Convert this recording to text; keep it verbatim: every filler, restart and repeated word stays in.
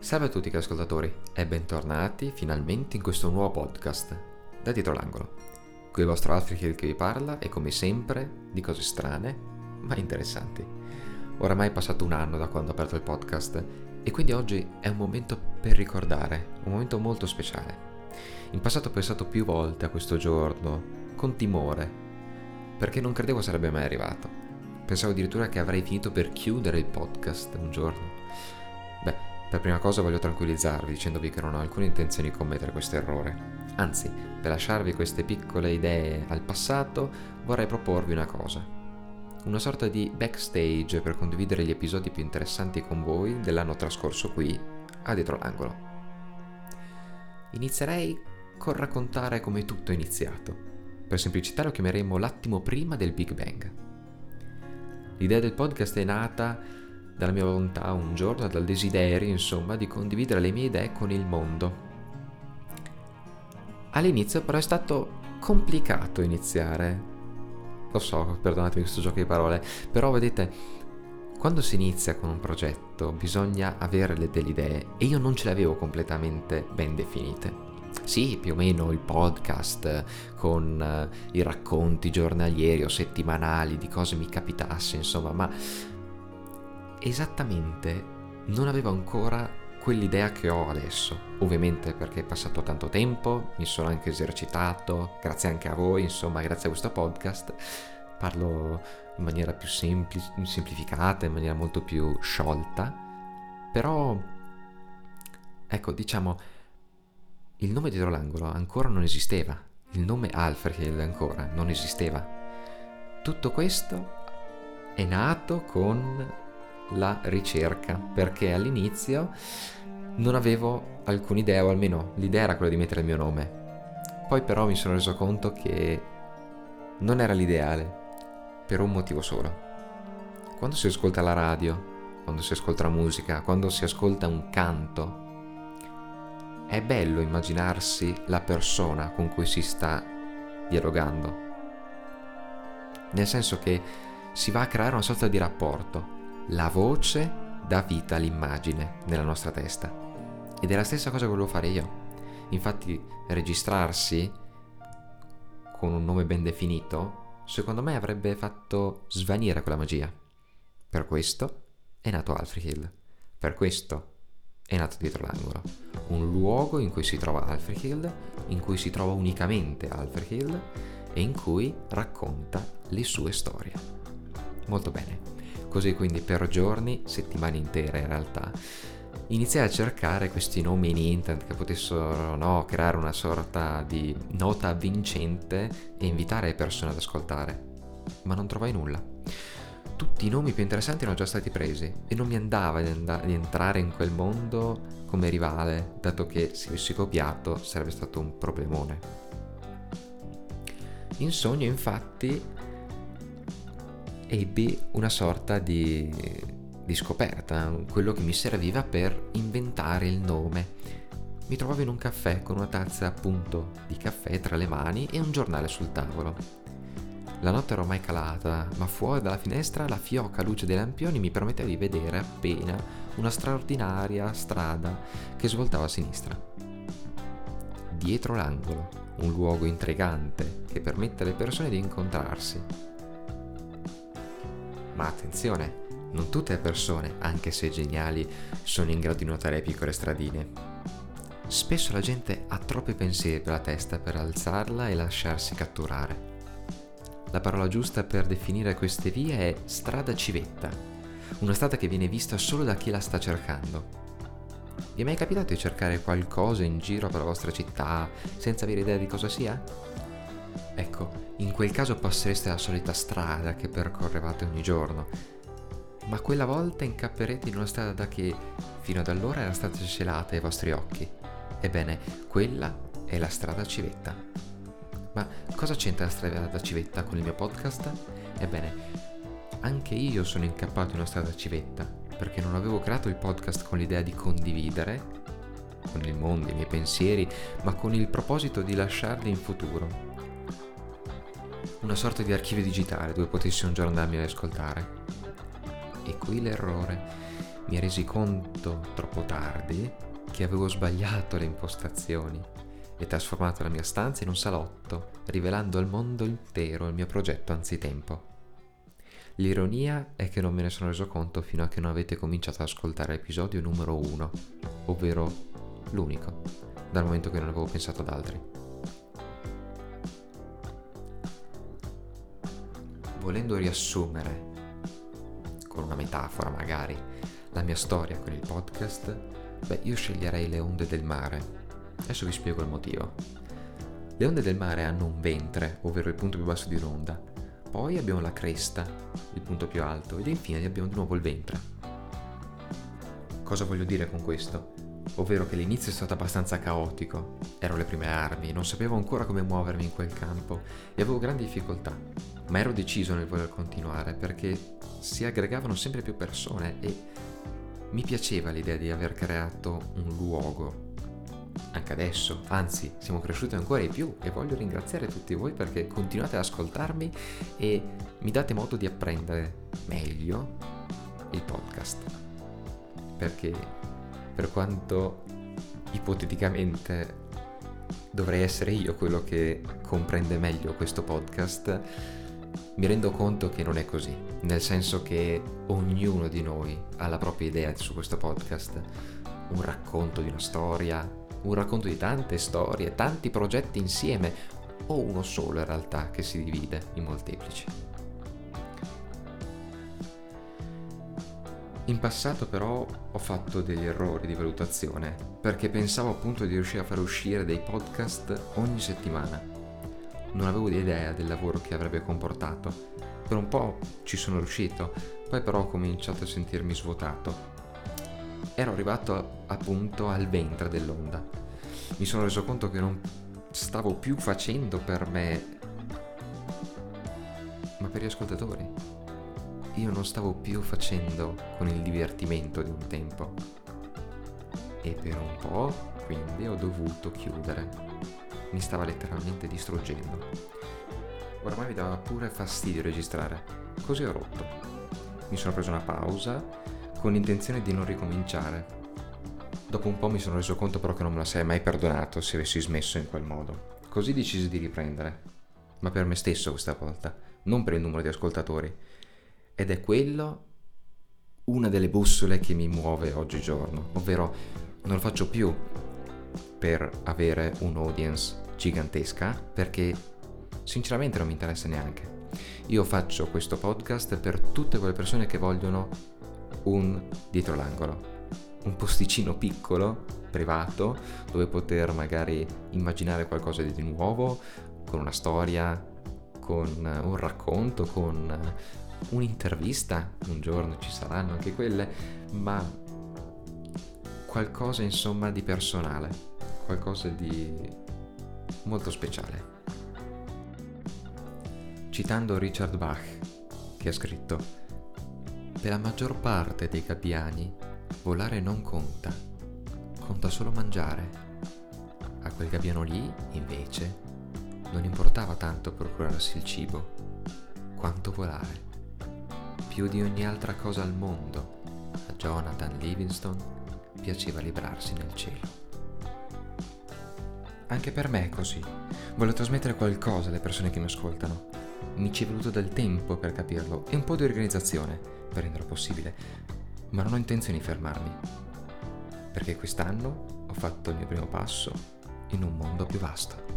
Salve a tutti cari ascoltatori e bentornati finalmente in questo nuovo podcast da dietro l'angolo. Qui il vostro Alfred che vi parla e come sempre di cose strane ma interessanti. Oramai è passato un anno da quando ho aperto il podcast e quindi oggi è un momento per ricordare, un momento molto speciale. In passato ho pensato più volte a questo giorno con timore perché non credevo sarebbe mai arrivato. Pensavo addirittura che avrei finito per chiudere il podcast un giorno. Beh, per prima cosa voglio tranquillizzarvi dicendovi che non ho alcuna intenzione di commettere questo errore. Anzi, per lasciarvi queste piccole idee al passato, vorrei proporvi una cosa. Una sorta di backstage per condividere gli episodi più interessanti con voi dell'anno trascorso qui, a dietro l'angolo. Inizierei col raccontare come tutto è iniziato. Per semplicità lo chiameremo l'attimo prima del Big Bang. L'idea del podcast è nata dalla mia volontà un giorno, dal desiderio, insomma, di condividere le mie idee con il mondo. All'inizio però è stato complicato iniziare. Lo so, perdonatemi questo gioco di parole, però vedete, quando si inizia con un progetto bisogna avere le, delle idee e io non ce le avevo completamente ben definite. Sì, più o meno il podcast con uh, i racconti giornalieri o settimanali di cose mi capitasse, insomma, ma esattamente non avevo ancora quell'idea che ho adesso. Ovviamente perché è passato tanto tempo, mi sono anche esercitato, grazie anche a voi, insomma, grazie a questo podcast. Parlo in maniera più semplice, semplificata, in maniera molto più sciolta. Però, ecco, diciamo, il nome dietro l'angolo ancora non esisteva. Il nome Alfred ancora non esisteva. Tutto questo è nato con la ricerca, perché all'inizio non avevo alcuna idea, o almeno l'idea era quella di mettere il mio nome. Poi però mi sono reso conto che non era l'ideale, per un motivo solo. Quando si ascolta la radio, quando si ascolta la musica, quando si ascolta un canto, è bello immaginarsi la persona con cui si sta dialogando, nel senso che si va a creare una sorta di rapporto. La voce dà vita all'immagine nella nostra testa ed è la stessa cosa che volevo fare io. Infatti registrarsi con un nome ben definito secondo me avrebbe fatto svanire quella magia. Per questo è nato Alfred Hill, per questo è nato dietro l'angolo, un luogo in cui si trova Alfred Hill, in cui si trova unicamente Alfred Hill e in cui racconta le sue storie. Molto bene. Così quindi per giorni, settimane intere in realtà, iniziai a cercare questi nomi in internet che potessero no, creare una sorta di nota vincente e invitare le persone ad ascoltare. Ma non trovai nulla. Tutti i nomi più interessanti erano già stati presi e non mi andava di, and- di entrare in quel mondo come rivale, dato che se avessi copiato sarebbe stato un problemone. In sogno, infatti, ebbi una sorta di, di scoperta, quello che mi serviva per inventare il nome. Mi trovavo in un caffè con una tazza appunto di caffè tra le mani e un giornale sul tavolo. La notte era ormai calata, ma fuori dalla finestra la fioca luce dei lampioni mi permetteva di vedere appena una straordinaria strada che svoltava a sinistra. Dietro l'angolo, un luogo intrigante che permette alle persone di incontrarsi. Ma attenzione, non tutte le persone, anche se geniali, sono in grado di notare le piccole stradine. Spesso la gente ha troppi pensieri per la testa per alzarla e lasciarsi catturare. La parola giusta per definire queste vie è strada civetta, una strada che viene vista solo da chi la sta cercando. Vi è mai capitato di cercare qualcosa in giro per la vostra città senza avere idea di cosa sia? Ecco, in quel caso passereste la solita strada che percorrevate ogni giorno, ma quella volta incapperete in una strada che fino ad allora era stata celata ai vostri occhi. Ebbene, quella è la strada civetta. Ma cosa c'entra la strada civetta con il mio podcast? Ebbene, anche io sono incappato in una strada civetta, perché non avevo creato il podcast con l'idea di condividere con il mondo i miei pensieri, ma con il proposito di lasciarli in futuro. Una sorta di archivio digitale dove potessi un giorno andarmi ad ascoltare. E qui l'errore. mi resi conto troppo tardi che avevo sbagliato le impostazioni e trasformato la mia stanza in un salotto, rivelando al mondo intero il mio progetto anzitempo. L'ironia è che non me ne sono reso conto fino a che non avete cominciato ad ascoltare l'episodio numero uno, ovvero l'unico, dal momento che non avevo pensato ad altri. Volendo riassumere, con una metafora magari, la mia storia con il podcast, beh, io sceglierei le onde del mare. Adesso vi spiego il motivo. Le onde del mare hanno un ventre, ovvero il punto più basso di un'onda. Poi abbiamo la cresta, il punto più alto, ed infine abbiamo di nuovo il ventre. Cosa voglio dire con questo? Ovvero che l'inizio è stato abbastanza caotico. Ero alle prime armi, non sapevo ancora come muovermi in quel campo e avevo grandi difficoltà. Ma ero deciso nel voler continuare perché si aggregavano sempre più persone e mi piaceva l'idea di aver creato un luogo. Anche adesso, anzi, siamo cresciuti ancora di più e voglio ringraziare tutti voi perché continuate ad ascoltarmi e mi date modo di apprendere meglio il podcast. Perché per quanto ipoteticamente dovrei essere io quello che comprende meglio questo podcast, mi rendo conto che non è così, nel senso che ognuno di noi ha la propria idea su questo podcast, un racconto di una storia, un racconto di tante storie, tanti progetti insieme, o uno solo in realtà che si divide in molteplici. In passato però ho fatto degli errori di valutazione, perché pensavo appunto di riuscire a far uscire dei podcast ogni settimana. Non avevo idea del lavoro che avrebbe comportato. Per un po' ci sono riuscito, poi però ho cominciato a sentirmi svuotato. Ero arrivato appunto al ventre dell'onda. Mi sono reso conto che non stavo più facendo per me, ma per gli ascoltatori. Io non stavo più facendo con il divertimento di un tempo. E per un po', quindi, ho dovuto chiudere. Mi stava letteralmente distruggendo. Ormai mi dava pure fastidio registrare, così ho rotto. Mi sono preso una pausa con l'intenzione di non ricominciare. Dopo un po' mi sono reso conto però che non me la sarei mai perdonato se avessi smesso in quel modo. Così decisi di riprendere, ma per me stesso questa volta, non per il numero di ascoltatori. Ed è quello una delle bussole che mi muove oggigiorno, ovvero non lo faccio più per avere un'audience gigantesca, perché sinceramente non mi interessa neanche. Io faccio questo podcast per tutte quelle persone che vogliono un dietro l'angolo, un posticino piccolo, privato, dove poter magari immaginare qualcosa di nuovo, con una storia, con un racconto, con un'intervista. Un giorno ci saranno anche quelle, ma qualcosa insomma di personale, qualcosa di molto speciale. Citando Richard Bach, che ha scritto: per la maggior parte dei gabbiani volare non conta, conta solo mangiare. A quel gabbiano lì, invece, non importava tanto procurarsi il cibo, quanto volare. Più di ogni altra cosa al mondo, a Jonathan Livingston piaceva librarsi nel cielo. Anche per me è così. Voglio trasmettere qualcosa alle persone che mi ascoltano. Mi ci è voluto del tempo per capirlo e un po' di organizzazione per renderlo possibile, ma non ho intenzione di fermarmi, perché quest'anno ho fatto il mio primo passo in un mondo più vasto.